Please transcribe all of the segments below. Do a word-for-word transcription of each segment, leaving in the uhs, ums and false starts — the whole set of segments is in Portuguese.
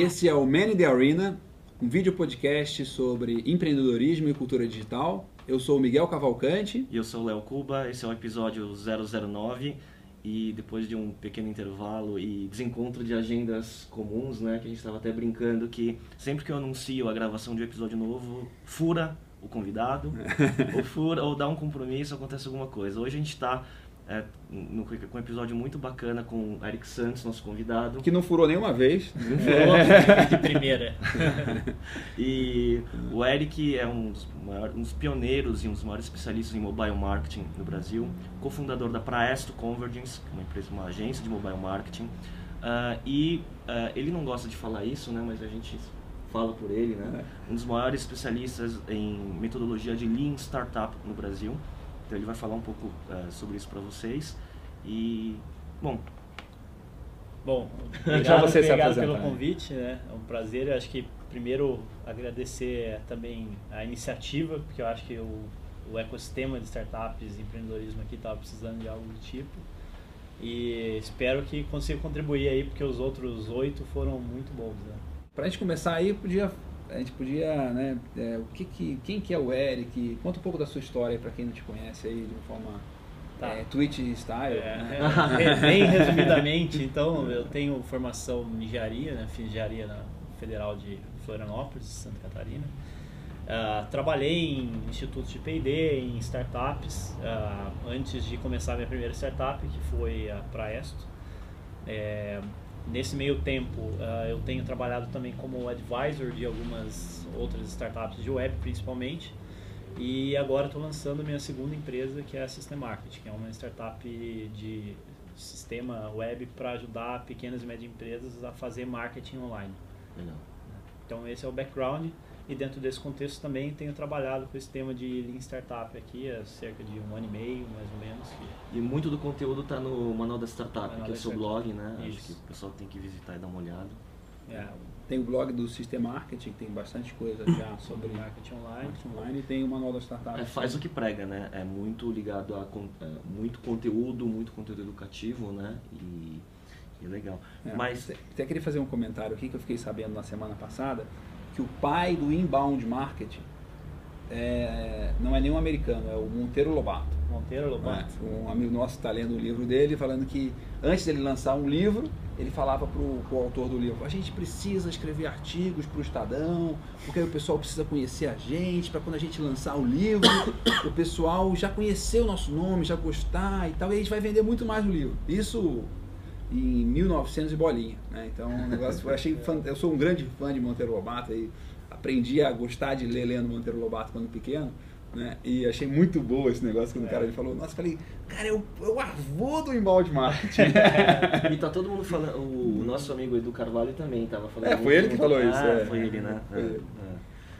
Esse é o Man in the Arena, um vídeo podcast sobre empreendedorismo e cultura digital. Eu sou o Miguel Cavalcante. E eu sou o Léo Cuba, esse é o episódio zero zero nove. E depois de um pequeno intervalo e desencontro de agendas comuns, né, que a gente estava até brincando que sempre que eu anuncio a gravação de um episódio novo, fura o convidado, ou fura, ou dá um compromisso, acontece alguma coisa. Hoje a gente está é, com um episódio muito bacana com o Eric Santos, nosso convidado. Que não furou nenhuma vez. Não furou de primeira. E o Eric é um dos, maiores, um dos pioneiros e um dos maiores especialistas em mobile marketing no Brasil, cofundador da Praesto Convergence, uma empresa, uma agência de mobile marketing. Uh, e uh, ele não gosta de falar isso, né, mas a gente fala por ele, né? É. Um dos maiores especialistas em metodologia de Lean Startup no Brasil. Então ele vai falar um pouco uh, sobre isso para vocês. E, bom... Bom, obrigado, você obrigado pelo convite, né? É um prazer. Eu acho que primeiro agradecer também a iniciativa, porque eu acho que o, o ecossistema de startups e empreendedorismo aqui estava precisando de algo do tipo. E espero que consiga contribuir aí, porque os outros oito foram muito bons, né? Para a gente começar aí, podia... A gente podia, né, é, o que que, quem que é o Eric? Conta um pouco da sua história para quem não te conhece aí de uma forma tá. é, Twitch style. É, né? Bem resumidamente, então, eu tenho formação em engenharia, né, fiz engenharia na Federal de Florianópolis, Santa Catarina. Uh, trabalhei em institutos de P e D, em startups, uh, antes de começar a minha primeira startup, que foi a Praesto. É, Nesse meio tempo, uh, eu tenho trabalhado também como advisor de algumas outras startups de web, principalmente. E agora estou lançando minha segunda empresa, que é a System Market, que é uma startup de sistema web para ajudar pequenas e médias empresas a fazer marketing online. Legal. Então esse é o background. E dentro desse contexto também tenho trabalhado com esse tema de Lean Startup aqui há cerca de um ano e meio, mais ou menos. E muito do conteúdo está no Manual da Startup, Manual que é o seu blog, né? Isso. Acho que o pessoal tem que visitar e dar uma olhada. É. Tem o blog do System Marketing, que tem bastante coisa já sobre marketing online. marketing online, e tem o Manual da Startup. É, faz o que prega, né? É muito ligado a é, muito conteúdo, muito conteúdo educativo, né? E, e é legal. É, Mas... Até queria fazer um comentário aqui que eu fiquei sabendo na semana passada, que o pai do inbound marketing é, não é nenhum americano, é o Monteiro Lobato. Monteiro Lobato. É, um amigo nosso está lendo o livro dele, falando que antes dele lançar um livro, ele falava para o autor do livro: a gente precisa escrever artigos para o Estadão, porque aí o pessoal precisa conhecer a gente, para quando a gente lançar o livro, o pessoal já conhecer o nosso nome, já gostar e tal, e a gente vai vender muito mais o livro. Isso em mil e novecentos e bolinha, né? Então, o negócio, eu achei fã, eu sou um grande fã de Monteiro Lobato e aprendi a gostar de ler lendo Monteiro Lobato quando pequeno, né? E achei muito boa esse negócio quando é. o cara ele falou: nossa, eu falei, cara, eu, eu avô do inbound marketing. E tá todo mundo falando, o nosso amigo Edu Carvalho também tava falando. É, foi ele que falou ah, isso. É. Foi ele, né? Foi é, ele. É.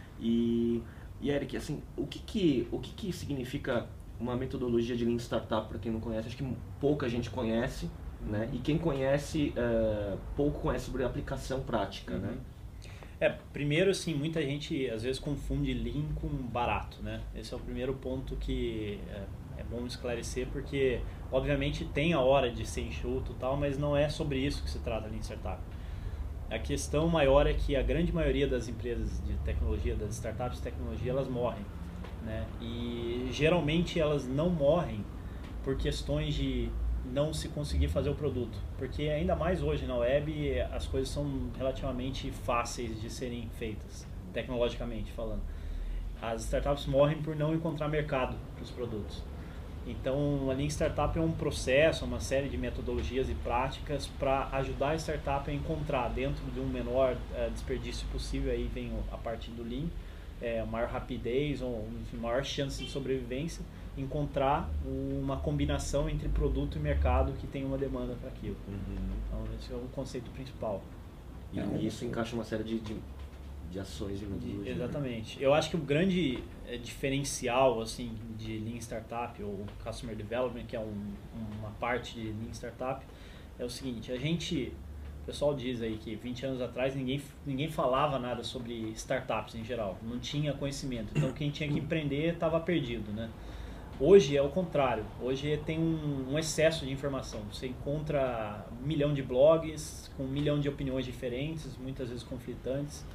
E, e Eric, assim, o que que, o que que significa uma metodologia de Lean Startup para quem não conhece? Acho que pouca gente conhece. Né? E quem conhece, uh, pouco conhece sobre a aplicação prática, uhum. né? É, primeiro, assim, muita gente às vezes confunde Lean com barato, né? Esse é o primeiro ponto que é, é bom esclarecer, porque obviamente tem a hora de ser enxuto e tal, mas não é sobre isso que se trata Lean Startup. A questão maior é que a grande maioria das empresas de tecnologia, das startups de tecnologia, elas morrem, né? E geralmente elas não morrem por questões de não se conseguir fazer o produto, porque ainda mais hoje na web as coisas são relativamente fáceis de serem feitas, tecnologicamente falando. As startups morrem por não encontrar mercado para os produtos. Então a Lean Startup é um processo, uma série de metodologias e práticas para ajudar a startup a encontrar, dentro de um menor uh, desperdício possível, aí vem a parte do Lean, é, maior rapidez, ou enfim, maior chance de sobrevivência, encontrar uma combinação entre produto e mercado que tem uma demanda para aquilo. Uhum. Então esse é o conceito principal. E é, isso encaixa uma série de, de, de ações e metodologias. Exatamente. Eu acho que o grande é, diferencial assim, de Lean Startup, ou Customer Development, que é um, uma parte de Lean Startup, é o seguinte: a gente, o pessoal diz aí que vinte anos atrás ninguém, ninguém falava nada sobre startups em geral, não tinha conhecimento. Então quem tinha que empreender estava perdido, né? Hoje é o contrário. Hoje tem um, um excesso de informação. Você encontra um milhão de blogs com um milhão de opiniões diferentes, muitas vezes conflitantes.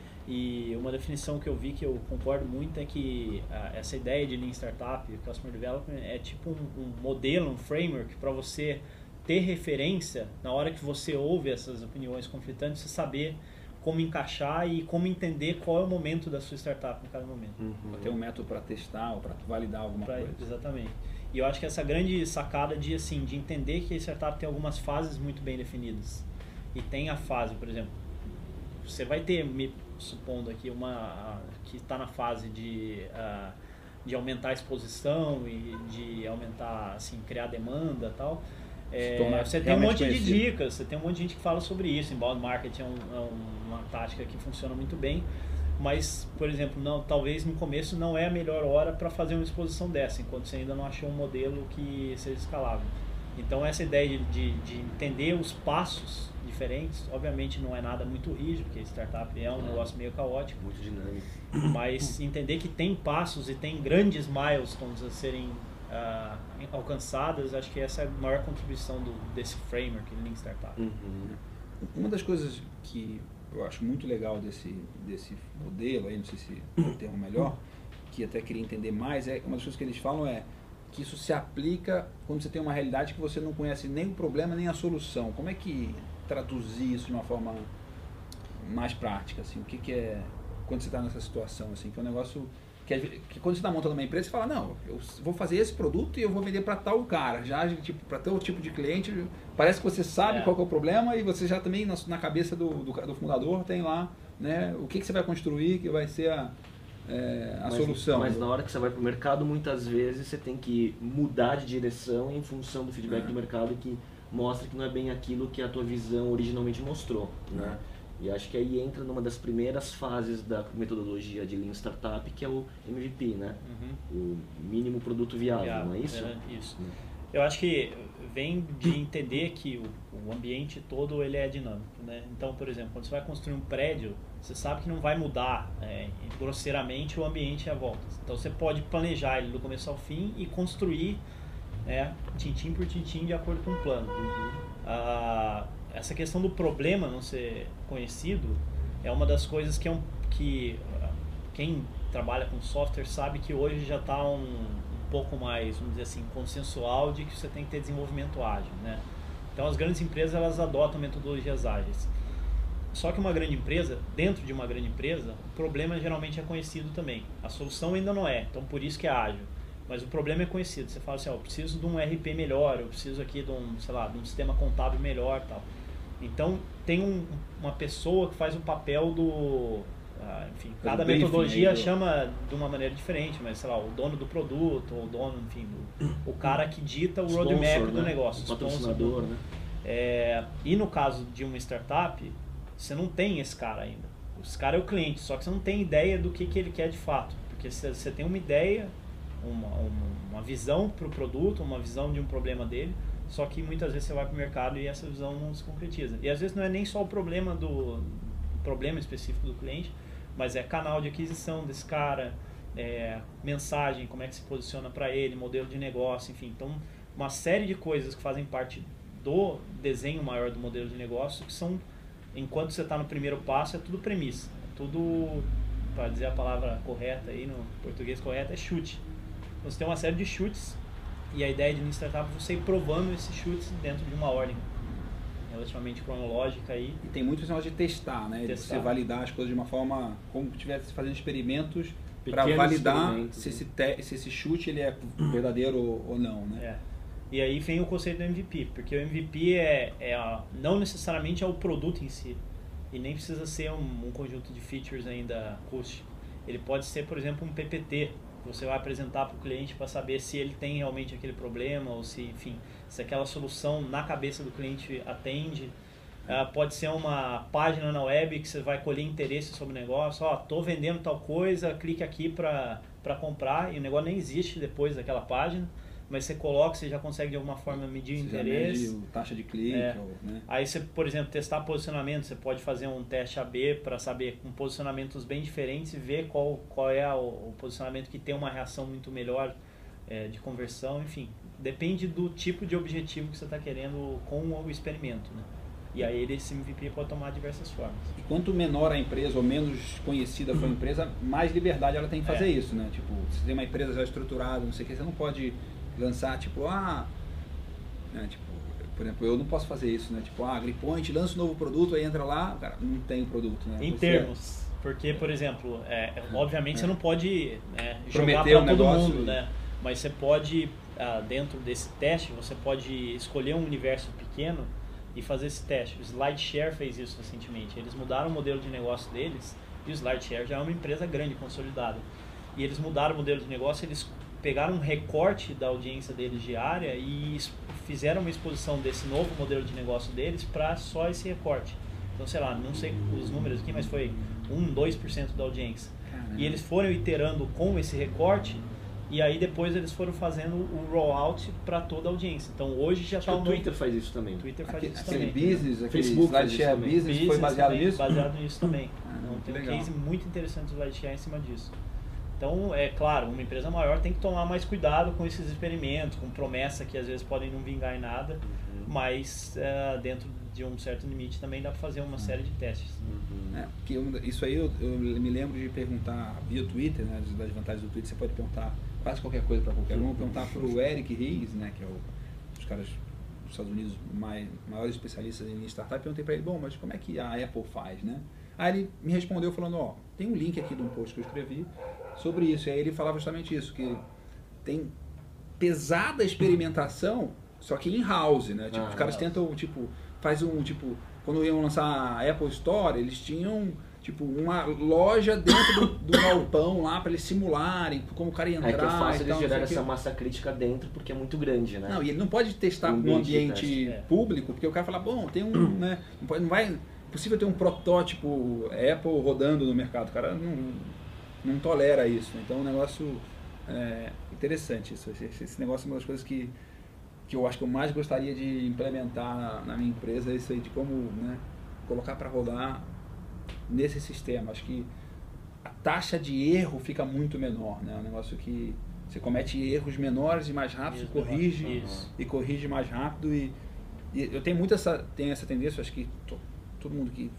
E uma definição que eu vi que eu concordo muito é que ah, essa ideia de Lean Startup, Customer Development, é tipo um, um modelo, um framework para você ter referência na hora que você ouve essas opiniões conflitantes, você saber como encaixar e como entender qual é o momento da sua startup em cada momento. Uhum. Ter um método para testar ou para validar alguma pra, coisa. Exatamente. E eu acho que essa grande sacada de, assim, de entender que a startup tem algumas fases muito bem definidas. E tem a fase, por exemplo, você vai ter, me supondo aqui, uma que está na fase de, uh, de aumentar a exposição e de aumentar, assim, criar demanda e tal. É, você tem um monte conhecido. de dicas, você tem um monte de gente que fala sobre isso. Inbound marketing é, um, é uma tática que funciona muito bem, mas, por exemplo, não, talvez no começo não é a melhor hora para fazer uma exposição dessa, enquanto você ainda não achou um modelo que seja escalável. Então essa ideia de, de, de entender os passos diferentes, obviamente não é nada muito rígido, porque startup é um é. negócio meio caótico. Muito dinâmico. Mas entender que tem passos e tem grandes milestones a serem Uh, alcançadas, acho que essa é a maior contribuição do, desse framework Lean Startup. Uhum. Uma das coisas que eu acho muito legal desse, desse modelo, aí, não sei se é o termo melhor, que até queria entender mais, é uma das coisas que eles falam é que isso se aplica quando você tem uma realidade que você não conhece nem o problema nem a solução. Como é que traduzir isso de uma forma mais prática? Assim? O que, que é quando você está nessa situação? Assim, que é um negócio... Que, que quando você está montando uma empresa, você fala, não, eu vou fazer esse produto e eu vou vender para tal cara, já tipo, para tal tipo de cliente, parece que você sabe é. qual que é o problema e você já também na, na cabeça do, do, do fundador tem lá, né, o que, que você vai construir, que vai ser a, é, a mas, solução. Mas na hora que você vai para o mercado, muitas vezes você tem que mudar de direção em função do feedback é. do mercado que mostra que não é bem aquilo que a tua visão originalmente mostrou, né? É. E acho que aí entra numa das primeiras fases da metodologia de Lean Startup, que é o M V P, né? Uhum. O mínimo produto viável, viável, não é isso? É, isso. Uhum. Eu acho que vem de entender que o, o ambiente todo ele é dinâmico, né? Então, por exemplo, quando você vai construir um prédio, você sabe que não vai mudar é, grosseiramente o ambiente à volta. Então, você pode planejar ele do começo ao fim e construir é, tintim por tintim de acordo com o plano. Uhum. Ah, essa questão do problema não ser conhecido é uma das coisas que, é um, que quem trabalha com software sabe que hoje já está um, um pouco mais, vamos dizer assim, consensual de que você tem que ter desenvolvimento ágil, né? Então as grandes empresas elas adotam metodologias ágeis. Só que uma grande empresa, dentro de uma grande empresa, o problema geralmente é conhecido também. A solução ainda não é, então por isso que é ágil. Mas o problema é conhecido. Você fala assim, ó, eu preciso de um R P melhor, eu preciso aqui de um, sei lá, de um sistema contábil melhor, tal. Então, tem um, uma pessoa que faz o papel do... Ah, enfim, cada metodologia chama de uma maneira diferente, mas, sei lá, o dono do produto, ou o dono, enfim, o, o cara que dita o roadmap né? do negócio. O patrocinador, né? É, e no caso de uma startup, você não tem esse cara ainda. Esse cara é o cliente, só que você não tem ideia do que, que ele quer de fato. Porque você, você tem uma ideia, uma, uma, uma visão para o produto, uma visão de um problema dele, só que muitas vezes você vai para o mercado e essa visão não se concretiza. E às vezes não é nem só o problema do problema específico do cliente, mas é canal de aquisição desse cara, é, mensagem, como é que se posiciona para ele, modelo de negócio, enfim. Então, uma série de coisas que fazem parte do desenho maior do modelo de negócio, que são, enquanto você está no primeiro passo, é tudo premissa. É tudo, para dizer a palavra correta aí, no português correto, é chute. Você tem uma série de chutes. E a ideia de Lean Startup é você ir provando esses chutes dentro de uma ordem relativamente cronológica aí. E tem muito esse negócio de testar, né? Testar. De você validar as coisas de uma forma como se estivesse fazendo experimentos para validar se esse, te, se esse chute ele é verdadeiro ou não, né? É. E aí vem o conceito do M V P, porque o M V P é, é a, não necessariamente é o produto em si, e nem precisa ser um, um conjunto de features ainda rústico. Ele pode ser, por exemplo, um P P T, que você vai apresentar para o cliente para saber se ele tem realmente aquele problema, ou se, enfim, se aquela solução na cabeça do cliente atende. Uh, pode ser uma página na web que você vai colher interesse sobre o negócio. Ó, oh, tô vendendo tal coisa, clique aqui para para comprar, e o negócio nem existe depois daquela página, mas você coloca, você já consegue de alguma forma medir o interesse. Mede taxa de clique. É. Ou, né? Aí você, por exemplo, testar posicionamento, você pode fazer um teste A B para saber com posicionamentos bem diferentes e ver qual, qual é o, o posicionamento que tem uma reação muito melhor é, de conversão, enfim. Depende do tipo de objetivo que você está querendo com o experimento, né? E aí esse M V P pode tomar diversas formas. E quanto menor a empresa ou menos conhecida for a empresa, mais liberdade ela tem que fazer é. isso, né? Tipo, se tem uma empresa já estruturada, não sei o que, você não pode lançar, tipo, ah... Né? Tipo, por exemplo, eu não posso fazer isso, né? Tipo, ah, AgriPoint lança um novo produto, aí entra lá, cara, não tem o produto, né? Em você termos, porque, por exemplo, é, obviamente é. você não pode né, jogar Prometer para um todo negócio mundo, e... né? Mas você pode, ah, dentro desse teste, você pode escolher um universo pequeno e fazer esse teste. O SlideShare fez isso recentemente. Eles mudaram o modelo de negócio deles, e o SlideShare já é uma empresa grande, consolidada. E eles mudaram o modelo de negócio, eles pegaram um recorte da audiência deles diária e fizeram uma exposição desse novo modelo de negócio deles para só esse recorte. Então, sei lá, não sei os números aqui, mas foi um, dois por cento da audiência. Caramba. E eles foram iterando com esse recorte. E aí depois eles foram fazendo o rollout para toda a audiência. Então hoje já está o Twitter faz isso também. Twitter faz aquele, isso aquele também. Business, aquele Facebook SlideShare business, business foi baseado também, nisso? Baseado nisso também. Ah, então tem legal. um case muito interessante do SlideShare em cima disso. Então, é claro, uma empresa maior tem que tomar mais cuidado com esses experimentos, com promessa que às vezes podem não vingar em nada, uhum. mas é, dentro de um certo limite também dá para fazer uma uhum. série de testes. Uhum. É, porque eu, isso aí eu, eu me lembro de perguntar via Twitter, né, das vantagens do Twitter, você pode perguntar quase qualquer coisa para qualquer um, perguntar para o Eric Ries, né, que é o, um dos caras dos Estados Unidos mais, maiores especialistas em startup, perguntei para ele, bom, mas como é que a Apple faz, né? Aí ele me respondeu falando, ó, tem um link aqui de um post que eu escrevi sobre isso, e aí ele falava justamente isso, que tem pesada experimentação, só que in-house, né? Tipo, ah, os caras tentam, tipo, faz um, tipo, quando iam lançar a Apple Store, eles tinham, tipo, uma loja dentro do, do galpão lá para eles simularem como o cara ia entrar. É que é fácil eles tal, gerar essa massa crítica dentro porque é muito grande, né? Não, e ele não pode testar no ambiente é. público, porque o cara fala, bom, tem um, né, não, pode, não vai, é possível ter um protótipo Apple rodando no mercado, o cara não, não tolera isso, então é um negócio é, interessante isso, esse, esse negócio é uma das coisas que que eu acho que eu mais gostaria de implementar na, na minha empresa, é isso aí, de como, né, colocar para rodar nesse sistema. Acho que a taxa de erro fica muito menor, né? É um negócio que você comete erros menores e mais rápido, isso, corrige isso. e corrige mais rápido. E, e eu tenho muito essa, tenho essa tendência, acho que to, todo mundo que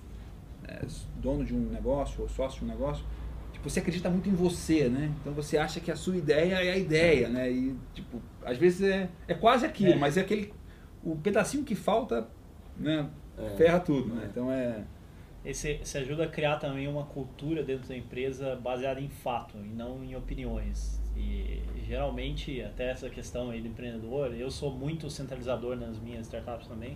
é dono de um negócio ou sócio de um negócio, tipo, você acredita muito em você, né? Então você acha que a sua ideia é a ideia, né? E, tipo, às vezes é, é quase aquilo, é. mas é aquele, o pedacinho que falta, né? É. Ferra tudo, né? Então é... Esse, esse ajuda a criar também uma cultura dentro da empresa baseada em fato e não em opiniões. E geralmente, até essa questão aí do empreendedor, eu sou muito centralizador nas minhas startups também.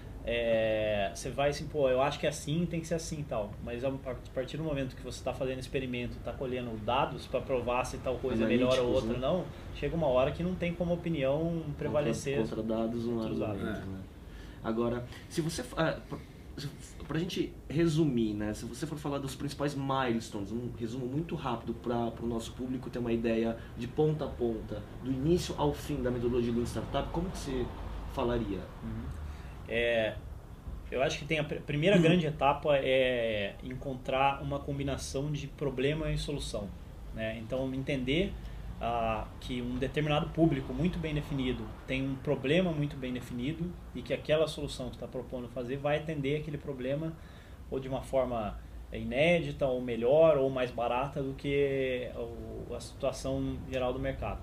É, você vai assim, pô, eu acho que é assim, tem que ser assim e tal. Mas a partir do momento que você está fazendo experimento, está colhendo dados para provar se tal coisa é melhor ou outra, né? Não, chega uma hora que não tem como opinião prevalecer. Contra, contra dados, um lado, é. né? Agora, se você... Ah, pra gente resumir, né? Se você for falar dos principais milestones, um resumo muito rápido para o nosso público ter uma ideia de ponta a ponta, do início ao fim da metodologia Lean Startup, como que você falaria? Uhum. É, eu acho que tem a primeira grande etapa é encontrar uma combinação de problema e solução, né? Então, entender ah, que um determinado público muito bem definido tem um problema muito bem definido e que aquela solução que está propondo fazer vai atender aquele problema ou de uma forma inédita ou melhor ou mais barata do que a situação geral do mercado.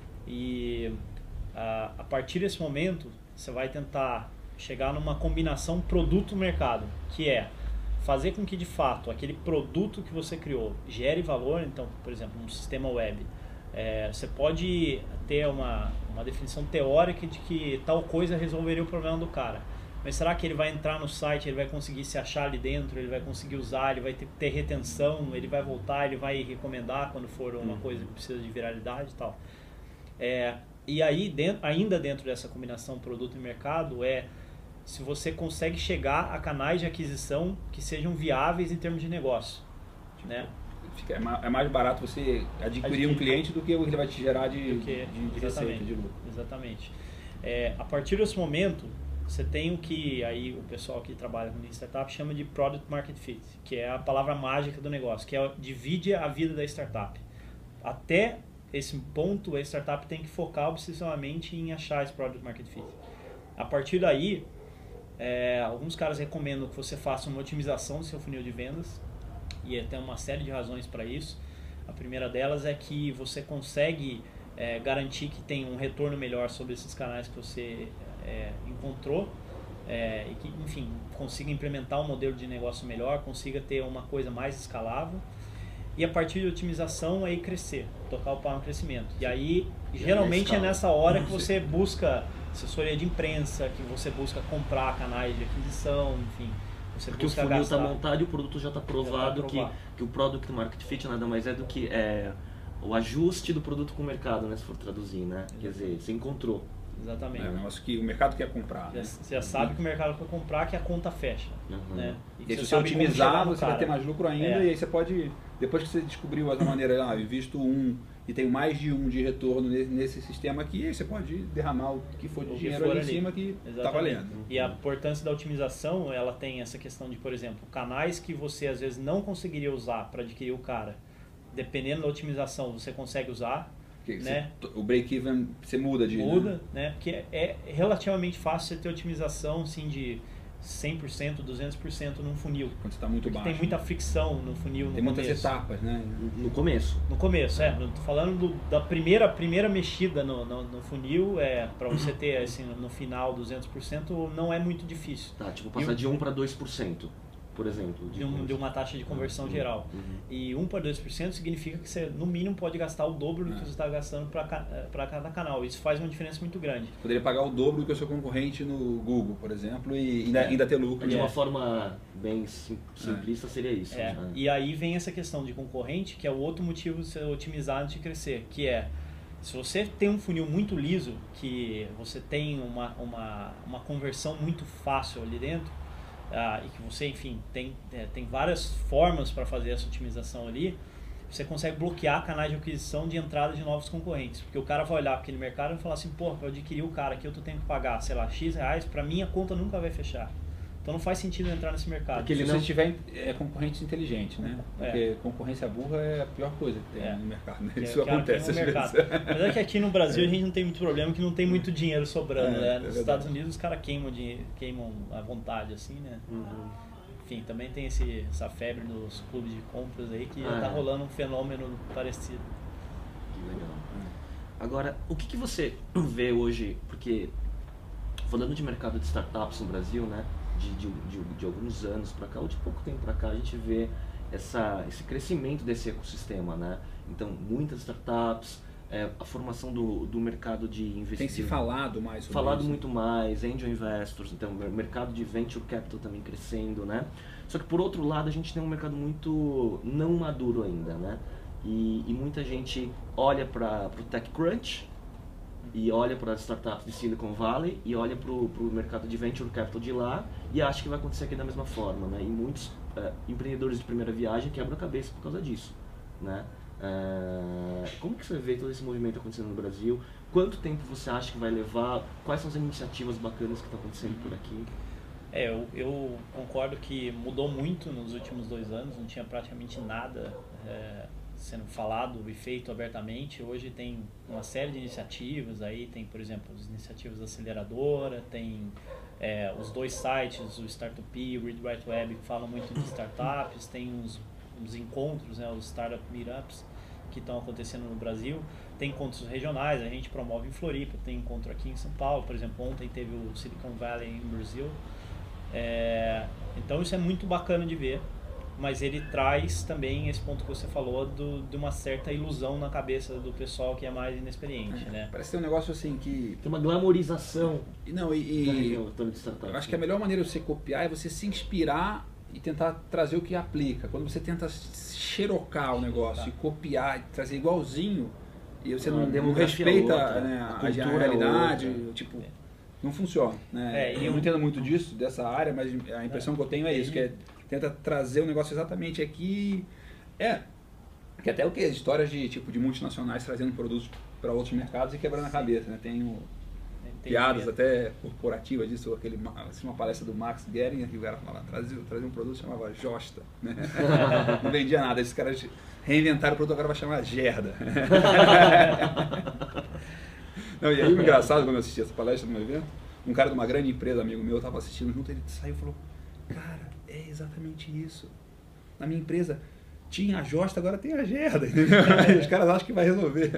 E ah, a partir desse momento você vai tentar chegar numa combinação produto-mercado, que é fazer com que de fato aquele produto que você criou gere valor. Então, por exemplo, um sistema web, é, você pode ter uma, uma definição teórica de que tal coisa resolveria o problema do cara, mas será que ele vai entrar no site, ele vai conseguir se achar ali dentro, ele vai conseguir usar, ele vai ter, ter retenção, ele vai voltar, ele vai recomendar quando for uma coisa que precisa de viralidade e tal. É, e aí, dentro, ainda dentro dessa combinação produto e mercado, é se você consegue chegar a canais de aquisição que sejam viáveis em termos de negócio, tipo, né? É mais barato você adquirir, adquirir um cliente do que ele vai te gerar de, que, de, de receita, de lucro. Exatamente. É, a partir desse momento, você tem o que aí o pessoal que trabalha com startup chama de Product Market Fit, que é a palavra mágica do negócio, que é divide a vida da startup. Até esse ponto, a startup tem que focar obsessivamente em achar esse Product Market Fit. A partir daí, é, alguns caras recomendam que você faça uma otimização do seu funil de vendas, e tem uma série de razões para isso. A primeira delas é que você consegue é, garantir que tem um retorno melhor sobre esses canais que você é, encontrou, é, e que, enfim, consiga implementar um modelo de negócio melhor, consiga ter uma coisa mais escalável. E a partir de otimização, aí crescer, tocar o pau no crescimento. E aí, e geralmente é nessa hora que você busca assessoria de imprensa, que você busca comprar canais de aquisição, enfim. Você Porque o busca funil está gastar. montado e o produto já está provado, Já tá que, provado. que o Product Market Fit nada mais é do que é, o ajuste do produto com o mercado, né, se for traduzir, né? Quer dizer, você encontrou. Exatamente. É um negócio que o mercado quer comprar. Já, Né? você já sabe que o mercado quer comprar, que a conta fecha. Uhum. Né? E que aí, se você sabe como otimizar, chegar no você vai cara. ter mais lucro ainda, É. e aí você pode, depois que você descobriu essa maneira, ah, eu invisto um e tenho mais de um de retorno nesse, nesse sistema aqui, aí você pode derramar o que for de O que dinheiro for ali em ali. cima que está Exatamente. valendo. E a importância da otimização, ela tem essa questão de, por exemplo, canais que você às vezes não conseguiria usar para adquirir o cara. Dependendo da otimização, você consegue usar, Porque né? você- o break-even você muda de... Muda, Né? né? Porque é relativamente fácil você ter otimização assim, de cem por cento, duzentos por cento num funil. Quando você está muito Porque baixo. tem muita fricção no funil no Tem muitas começo. etapas, né? No começo. No começo, é. Tô falando do, da primeira, primeira mexida no, no, no funil, é, para você ter assim, no final duzentos por cento, não é muito difícil. Tá, tipo, passar E o- de um para dois por cento, por exemplo. De, um, de uma taxa de conversão Uhum. geral. Uhum. E um para dois por cento significa que você, no mínimo, pode gastar o dobro do É. que você está gastando para cada canal. Isso faz uma diferença muito grande. Poderia pagar o dobro do que o seu concorrente no Google, por exemplo, e ainda, É. ainda ter lucro. De É. uma forma bem sim- simplista seria isso. É, né? e aí vem essa questão de concorrente, que é o outro motivo de você otimizar antes de crescer, que é, se você tem um funil muito liso, que você tem uma, uma, uma conversão muito fácil ali dentro, ah, e que você, enfim, tem, é, tem várias formas para fazer essa otimização ali, você consegue bloquear canais de aquisição de entrada de novos concorrentes. Porque o cara vai olhar para aquele mercado e vai falar assim, pô, para adquirir o cara aqui eu tenho que pagar, sei lá, X reais, para minha conta nunca vai fechar. Então não faz sentido eu entrar nesse mercado. Porque Se ele você não- tiver é, concorrentes inteligentes, né? É. Porque concorrência burra é a pior coisa que tem É. no mercado. Né? Que é- Isso que é- acontece que é às no mercado. vezes. Mas é que aqui no Brasil a gente não tem muito problema, que não tem muito dinheiro sobrando, É, né? é Nos verdade. Estados Unidos os caras queimam, dinheiro- queimam à vontade, assim, né? Uhum. Enfim, também tem esse, essa febre nos clubes de compras aí, que já Ah, tá é. rolando um fenômeno parecido. Que legal. Agora, o que, que você vê hoje, porque falando de mercado de startups no Brasil, né, de, de, de, de alguns anos para cá, ou de pouco tempo para cá, a gente vê essa, esse crescimento desse ecossistema, né? Então, muitas startups, é, a formação do, do mercado de investimento. Tem se falado mais sobre falado isso. muito mais, angel investors, então o mercado de venture capital também crescendo, né? Só que por outro lado a gente tem um mercado muito não maduro ainda, né? E, e muita gente olha para o TechCrunch e olha para as startups de Silicon Valley e olha para o mercado de venture capital de lá e acha que vai acontecer aqui da mesma forma, né? E muitos é, empreendedores de primeira viagem quebram a cabeça por causa disso, né? É, como que você vê todo esse movimento acontecendo no Brasil? Quanto tempo você acha que vai levar? Quais são as iniciativas bacanas que estão acontecendo por aqui? É, eu, eu concordo que mudou muito nos últimos dois anos, não tinha praticamente nada é, sendo falado e feito abertamente. Hoje tem uma série de iniciativas, aí tem, por exemplo, as iniciativas da aceleradora, tem é, os dois sites, o Startup e o Read Right Web, que falam muito de startups, tem uns, uns encontros, né, os Startup Meetups, que estão acontecendo no Brasil. Tem encontros regionais, a gente promove em Floripa, tem encontro aqui em São Paulo, por exemplo, ontem teve o Silicon Valley em Brasil. É, então isso é muito bacana de ver, mas ele traz também esse ponto que você falou do, de uma certa ilusão na cabeça do pessoal que é mais inexperiente, É, né? Parece ter um negócio assim que... Tem uma glamorização e Não, e, da e região toda de startups. eu acho que a melhor maneira de você copiar é você se inspirar e tentar trazer o que aplica. Quando você tenta xerocar o negócio e copiar, e trazer igualzinho, e você A não, não demografia é respeita outra, né, a a, cultura é realidade, outra. tipo, não funciona. Né? É, e eu não eu- entendo muito disso, dessa área, mas a impressão que eu tenho é isso, que é tenta trazer o negócio exatamente aqui. É, que até o que? Histórias de tipo de multinacionais trazendo produtos para outros mercados e quebrando a cabeça, né? Tem o Tem piadas medo. até corporativas disso, aquele, assim, uma palestra do Max Geringer, que o cara falava, trazia, trazia um produto que chamava Josta, né? Não vendia nada, esses caras reinventaram o produto, agora vai chamar Gerda. Não, e aí o engraçado, quando eu assisti essa palestra no evento, um cara de uma grande empresa, amigo meu, estava assistindo junto, ele saiu e falou, cara, é exatamente isso. Na minha empresa tinha a Josta, agora tem a Gerda. Os caras acham que vai resolver.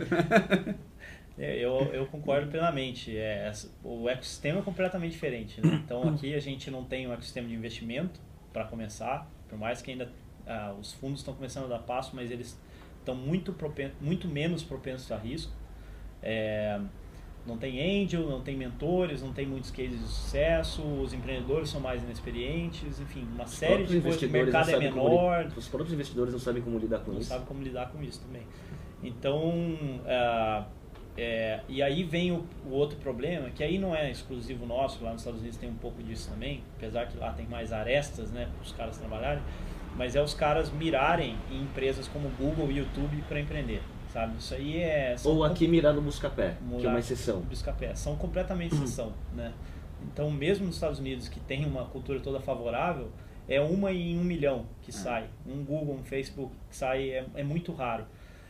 Eu, eu concordo plenamente. É, o ecossistema é completamente diferente, né? Então aqui a gente não tem um ecossistema de investimento para começar, por mais que ainda ah, os fundos estão começando a dar passo, mas eles estão muito, propen muito menos propensos a risco. É, não tem angel, não tem mentores, não tem muitos cases de sucesso, os empreendedores são mais inexperientes, enfim, uma Os série de coisas, o mercado é menor. Os próprios investidores não sabem como lidar com não isso. Não sabem como lidar com isso também. Então, ah, É, e aí vem o, o outro problema, que aí não é exclusivo nosso, lá nos Estados Unidos tem um pouco disso também, apesar que lá tem mais arestas, né, para os caras trabalharem, mas é os caras mirarem em empresas como Google e YouTube para empreender, sabe? Isso aí é... Ou aqui mirar no Buscapé, que é uma exceção. Buscapé, são completamente exceção, né? Então, mesmo nos Estados Unidos, que tem uma cultura toda favorável, é uma em um milhão que sai, um Google, um Facebook que sai, é, é muito raro.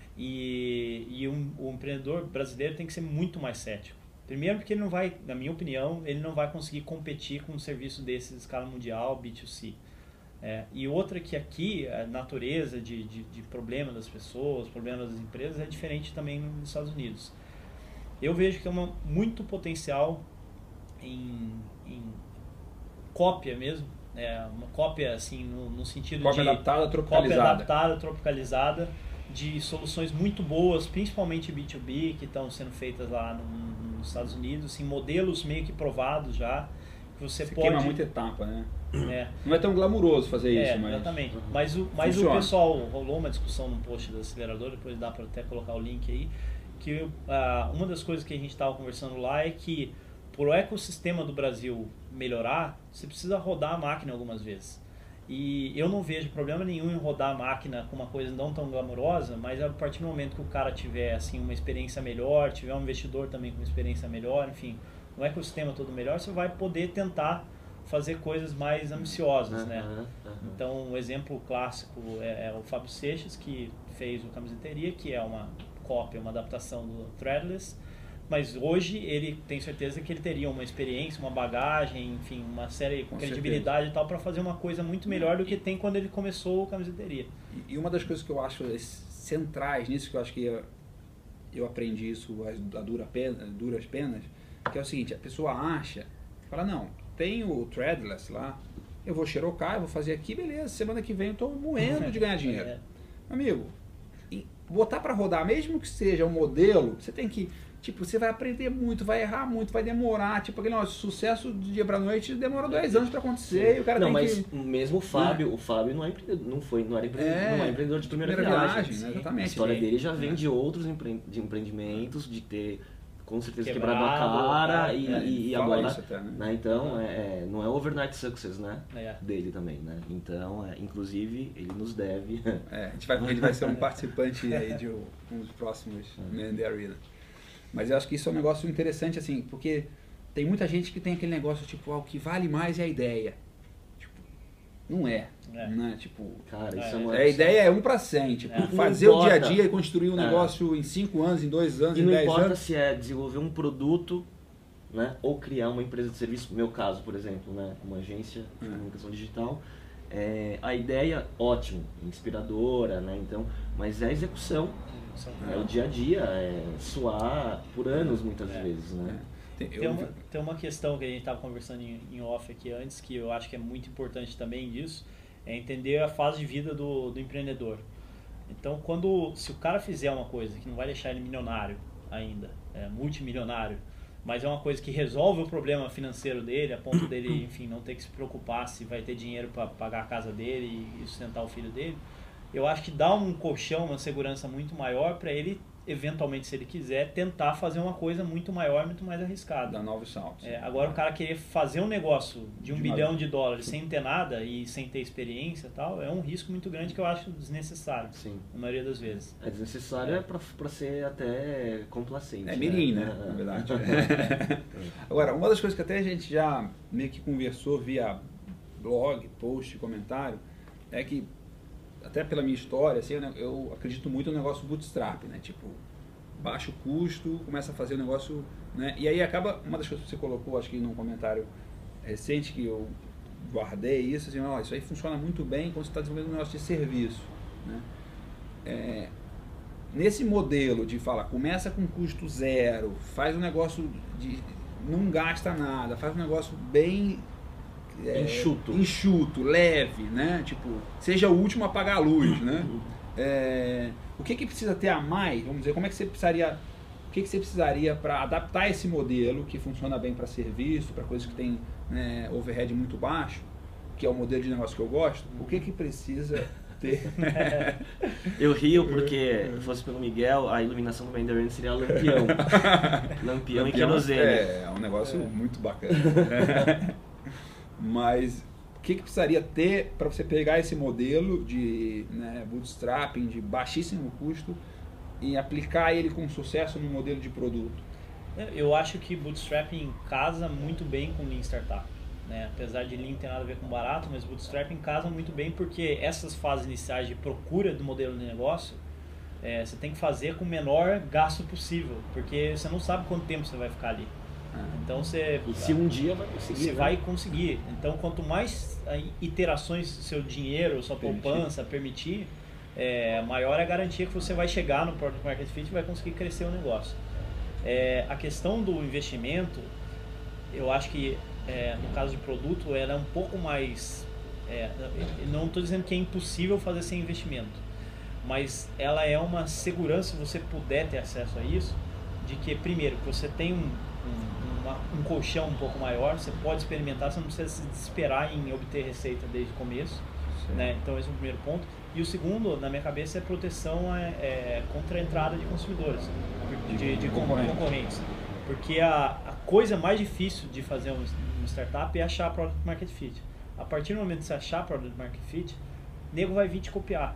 E, e um, o empreendedor brasileiro tem que ser muito mais cético. Primeiro porque ele não vai, na minha opinião, ele não vai conseguir competir com um serviço desses de escala mundial, B dois C. É, e outra que aqui, a natureza de, de, de problema das pessoas, problema das empresas, é diferente também nos Estados Unidos. Eu vejo que tem uma, muito potencial em, em cópia mesmo, é, uma cópia assim, no, no sentido cópia de... adaptada, tropicalizada. Cópia adaptada, tropicalizada, de soluções muito boas, principalmente B dois B, que estão sendo feitas lá no, nos Estados Unidos, assim, modelos meio que provados já, que você, você pode... queima muita etapa, né? É. Não é tão glamuroso fazer é, isso, mas... Exatamente. Mas, o, mas o pessoal, rolou uma discussão no post do acelerador, depois dá para até colocar o link aí, que uh, uma das coisas que a gente estava conversando lá é que, para o ecossistema do Brasil melhorar, você precisa rodar a máquina algumas vezes. E eu não vejo problema nenhum em rodar a máquina com uma coisa não tão glamurosa, mas a partir do momento que o cara tiver assim, uma experiência melhor, tiver um investidor também com uma experiência melhor, enfim, um ecossistema todo melhor, você vai poder tentar fazer coisas mais ambiciosas, uhum, né? Uhum. Então, um exemplo clássico é, é o Fábio Seixas, que fez o Camiseteria, que é uma cópia, uma adaptação do Threadless, mas hoje ele tem certeza que ele teria uma experiência, uma bagagem, enfim, uma série de credibilidade e tal para fazer uma coisa muito melhor do que tem quando ele começou o Camiseteria. E uma das coisas que eu acho centrais nisso, que eu acho que eu, eu aprendi isso a dura pena, duras penas, que é o seguinte, a pessoa acha, fala, não, tem o Threadless lá, eu vou xerocar, eu vou fazer aqui, beleza, semana que vem eu estou moendo de ganhar dinheiro. É. Amigo, botar para rodar, mesmo que seja um modelo, você tem que... Tipo, você vai aprender muito, vai errar muito, vai demorar. Tipo, aquele nosso sucesso de dia pra noite demora dois anos pra acontecer. E o cara não, tem mas que... mesmo o Fábio, é. o Fábio não é empreendedor, não foi, não era empreendedor, é, não é empreendedor de primeira, primeira viagem. viagem né? Exatamente. A história Sim. dele já vem é. de outros empre... de empreendimentos, de ter com certeza Quebrado, quebrado a cara é, e, é, e, e fala agora, isso até, né? né? Então, é, é, não é overnight success, né? É. Dele também, né? Então, é, inclusive, ele nos deve. É, a gente vai, ele vai ser um participante aí de um, um dos próximos Man the Arena. Mas eu acho que isso é um negócio interessante, assim, porque tem muita gente que tem aquele negócio, tipo, ah, o que vale mais é a ideia. Tipo, não é. É. Né? Tipo, Cara, isso é, é uma... a ideia é um para cem. Tipo, É. fazer Não o dia a importa. dia e construir um É. negócio em cinco anos, em dois anos, E em não dez importa anos. se é desenvolver um produto, né? Ou criar uma empresa de serviço, no meu caso, por exemplo, né? Uma agência de É. comunicação digital. É, a ideia, ótimo, inspiradora, né? Então, mas é a execução. É o dia a dia, é suar por anos muitas É. vezes, né? Tem, Tem eu, uma, tem uma questão que a gente estava conversando em, em off aqui antes, que eu acho que é muito importante também disso, é entender a fase de vida do, do empreendedor. Então, quando, se o cara fizer uma coisa que não vai deixar ele milionário ainda, é, multimilionário, mas é uma coisa que resolve o problema financeiro dele, a ponto dele, enfim, não ter que se preocupar se vai ter dinheiro para pagar a casa dele e sustentar o filho dele, eu acho que dá um colchão, uma segurança muito maior para ele eventualmente, se ele quiser, tentar fazer uma coisa muito maior, muito mais arriscada. Dá novos saltos. É, agora o cara querer fazer um negócio de um De bilhão uma... de dólares sem ter nada e sem ter experiência e tal, é um risco muito grande que eu acho desnecessário, Sim. na maioria das vezes. É desnecessário é. para ser até complacente. É mirim, né? né? Na verdade. É. Agora, uma das coisas que até a gente já meio que conversou via blog, post, comentário, é que até pela minha história, assim, eu acredito muito no negócio bootstrap, né? Tipo, baixa o custo, começa a fazer o negócio, né? E aí acaba, uma das coisas que você colocou, acho que num comentário recente que eu guardei isso, assim, ó, isso aí funciona muito bem quando você está desenvolvendo um negócio de serviço, né? É, nesse modelo de falar, começa com custo zero, faz um negócio de, não gasta nada, faz um negócio bem É, enxuto. enxuto, leve, né? Tipo, seja o último a apagar a luz, né? É, o que que precisa ter a mais? Vamos dizer, como é que você precisaria, o que que você precisaria para adaptar esse modelo que funciona bem para serviço, para coisas que tem, né, overhead muito baixo, que é o modelo de negócio que eu gosto? O que que precisa ter? Eu rio porque, se fosse pelo Miguel, a iluminação do Mandarin seria lampião. Lampião e querosene. É, é um negócio é. muito bacana. Mas o que, que precisaria ter para você pegar esse modelo de, né, bootstrapping, de baixíssimo custo, e aplicar ele com sucesso no modelo de produto? Eu acho que bootstrapping casa muito bem com Lean Startup, né? Apesar de Lean ter nada a ver com barato, mas bootstrapping casa muito bem porque essas fases iniciais de procura do modelo de negócio, é, você tem que fazer com o menor gasto possível, porque você não sabe quanto tempo você vai ficar ali. Então você, e se um dia vai conseguir, você né? vai conseguir. Então quanto mais iterações seu dinheiro, sua permitir. poupança permitir, é, maior é a garantia que você vai chegar no Product Market Fit e vai conseguir crescer o negócio. É, a questão do investimento, eu acho que é, no caso de produto, ela é um pouco mais... É, não estou dizendo que é impossível fazer sem investimento, mas ela é uma segurança, se você puder ter acesso a isso, de que primeiro, que você tem um Um, uma, um colchão um pouco maior, você pode experimentar, você não precisa se desesperar em obter receita desde o começo, né? Então esse é o primeiro ponto. E o segundo, na minha cabeça, é proteção é, é, contra a entrada de consumidores, de, de, de concorrentes. concorrentes. Porque a, a coisa mais difícil de fazer uma um startup é achar Product Market Fit. A partir do momento que você achar Product Market Fit, o nego vai vir te copiar.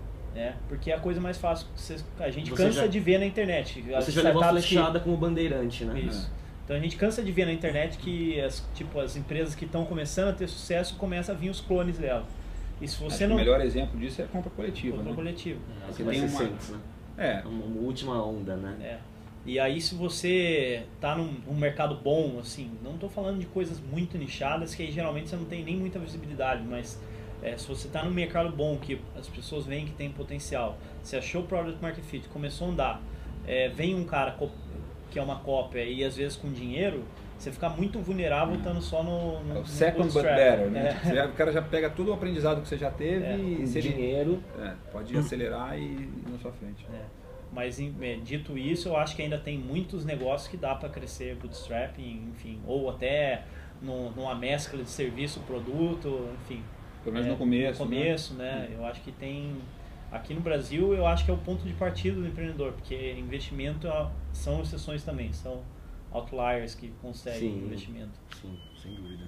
É, porque é a coisa mais fácil que você, a gente você cansa já, de ver na internet. Você já levou a flechada que, como bandeirante, né? Isso. Então a gente cansa de ver na internet que as, tipo, as empresas que estão começando a ter sucesso começam a vir os clones dela. E se você Acho não... O melhor exemplo disso é a compra coletiva. Compra né? coletiva. É, você tem uma... Recentes, né? É. Uma, uma última onda, né? É. E aí se você tá num, num mercado bom, assim, não estou falando de coisas muito nichadas que aí geralmente você não tem nem muita visibilidade, mas é, se você está num mercado bom, que as pessoas veem que tem potencial, você achou o Product Market Fit, começou a andar, é, vem um cara que é uma cópia e às vezes com dinheiro, você fica muito vulnerável hum. estando só no, no, é o no second but better, né? É. Tipo, você, o cara já pega todo o aprendizado que você já teve é. e com se ele, dinheiro é, pode acelerar e ir na sua frente. É. Mas dito isso, eu acho que ainda tem muitos negócios que dá para crescer bootstrapping, enfim, ou até no, numa mescla de serviço, produto, enfim. Pelo menos é, no começo. No começo, né? né? Eu acho que tem... Aqui no Brasil, eu acho que é o ponto de partida do empreendedor, porque investimento são exceções também, são outliers que conseguem sim, investimento. Sim, sem dúvida.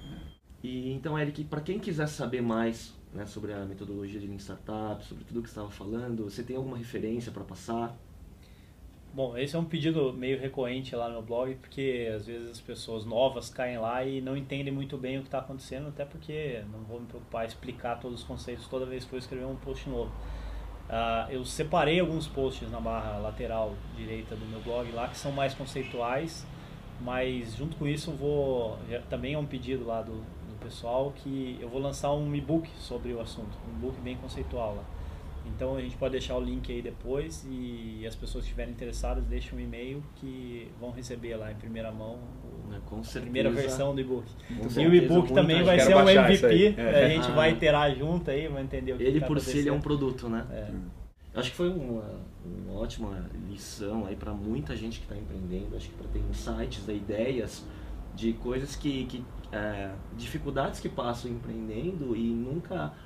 E então, Eric, para quem quiser saber mais, né, sobre a metodologia de Lean Startup, sobre tudo que você estava falando, você tem alguma referência para passar? Bom, esse é um pedido meio recorrente lá no blog, porque às vezes as pessoas novas caem lá e não entendem muito bem o que está acontecendo, até porque não vou me preocupar em explicar todos os conceitos toda vez que eu escrever um post novo. Uh, eu separei alguns posts na barra lateral direita do meu blog lá, que são mais conceituais, mas junto com isso eu vou, já, também é um pedido lá do, do pessoal, que eu vou lançar um e-book sobre o assunto, um e-book bem conceitual lá. Então a gente pode deixar o link aí depois e as pessoas que estiverem interessadas deixem um e-mail que vão receber lá em primeira mão o, é, com certeza, a primeira versão do e-book. Com e o e-book também vai ser um M V P, é. a gente ah, vai iterar junto aí, vai entender o que ele tá por si ele é um produto, né? É. Acho que foi uma, uma ótima lição aí para muita gente que está empreendendo, acho que para ter insights, ideias de coisas que, que é, dificuldades que passam empreendendo e nunca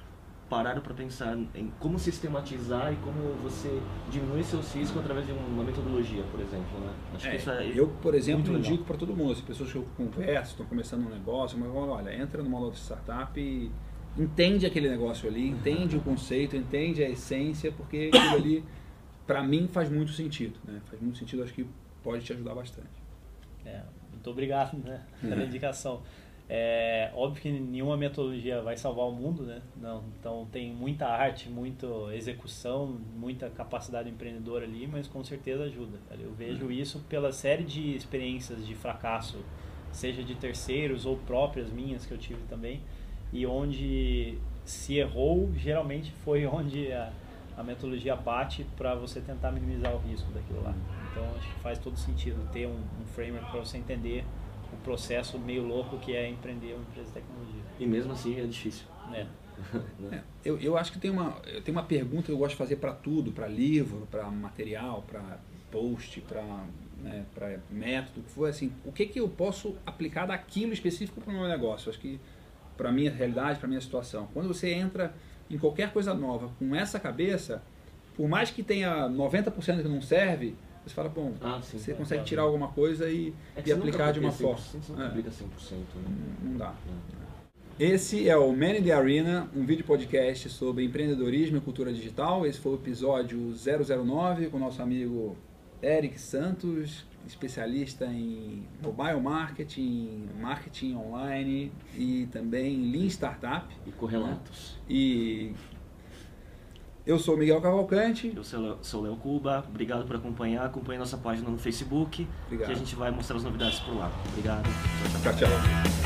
pararam para pensar em como sistematizar e como você diminui seus riscos através de uma metodologia, por exemplo, né? Acho é, que isso é eu, por exemplo, muito indico para todo mundo, as pessoas que eu converso, estão começando um negócio, mas olha, entra numa aula de startup e entende aquele negócio ali, entende o conceito, entende a essência, porque aquilo ali, para mim, faz muito sentido, né? Faz muito sentido, acho que pode te ajudar bastante. É, muito obrigado, né, pela indicação. É óbvio que nenhuma metodologia vai salvar o mundo, né? Não, então tem muita arte, muita execução, muita capacidade empreendedora ali, mas com certeza ajuda. Cara. Eu vejo isso pela série de experiências de fracasso, seja de terceiros ou próprias minhas que eu tive também, e onde se errou, geralmente foi onde a, a metodologia bate para você tentar minimizar o risco daquilo lá. Então acho que faz todo sentido ter um, um framework para você entender o processo meio louco que é empreender uma empresa de tecnologia. E mesmo assim é difícil. É. É, eu, eu acho que tem uma, eu tenho uma pergunta que eu gosto de fazer para tudo, para livro, para material, para post, para né, para método, que foi assim, o que, que eu posso aplicar daquilo específico para o meu negócio? Eu acho que para a minha realidade, para a minha situação. Quando você entra em qualquer coisa nova com essa cabeça, por mais que tenha noventa por cento que não serve, você fala, bom, ah, sim, você é, consegue é, tirar alguma coisa e, é e aplicar de uma forma. Você não aplica cem por cento. Né? Não, não dá. É. Esse é o Man in the Arena, um vídeo podcast sobre empreendedorismo e cultura digital. Esse foi o episódio zero zero nove com o nosso amigo Eric Santos, especialista em mobile marketing, marketing online e também Lean Startup. E correlatos. E eu sou o Miguel Cavalcante. Eu sou o Léo Cuba. Obrigado por acompanhar. Acompanhe nossa página no Facebook. Obrigado. Que a gente vai mostrar as novidades por lá. Obrigado. Tchau, tchau.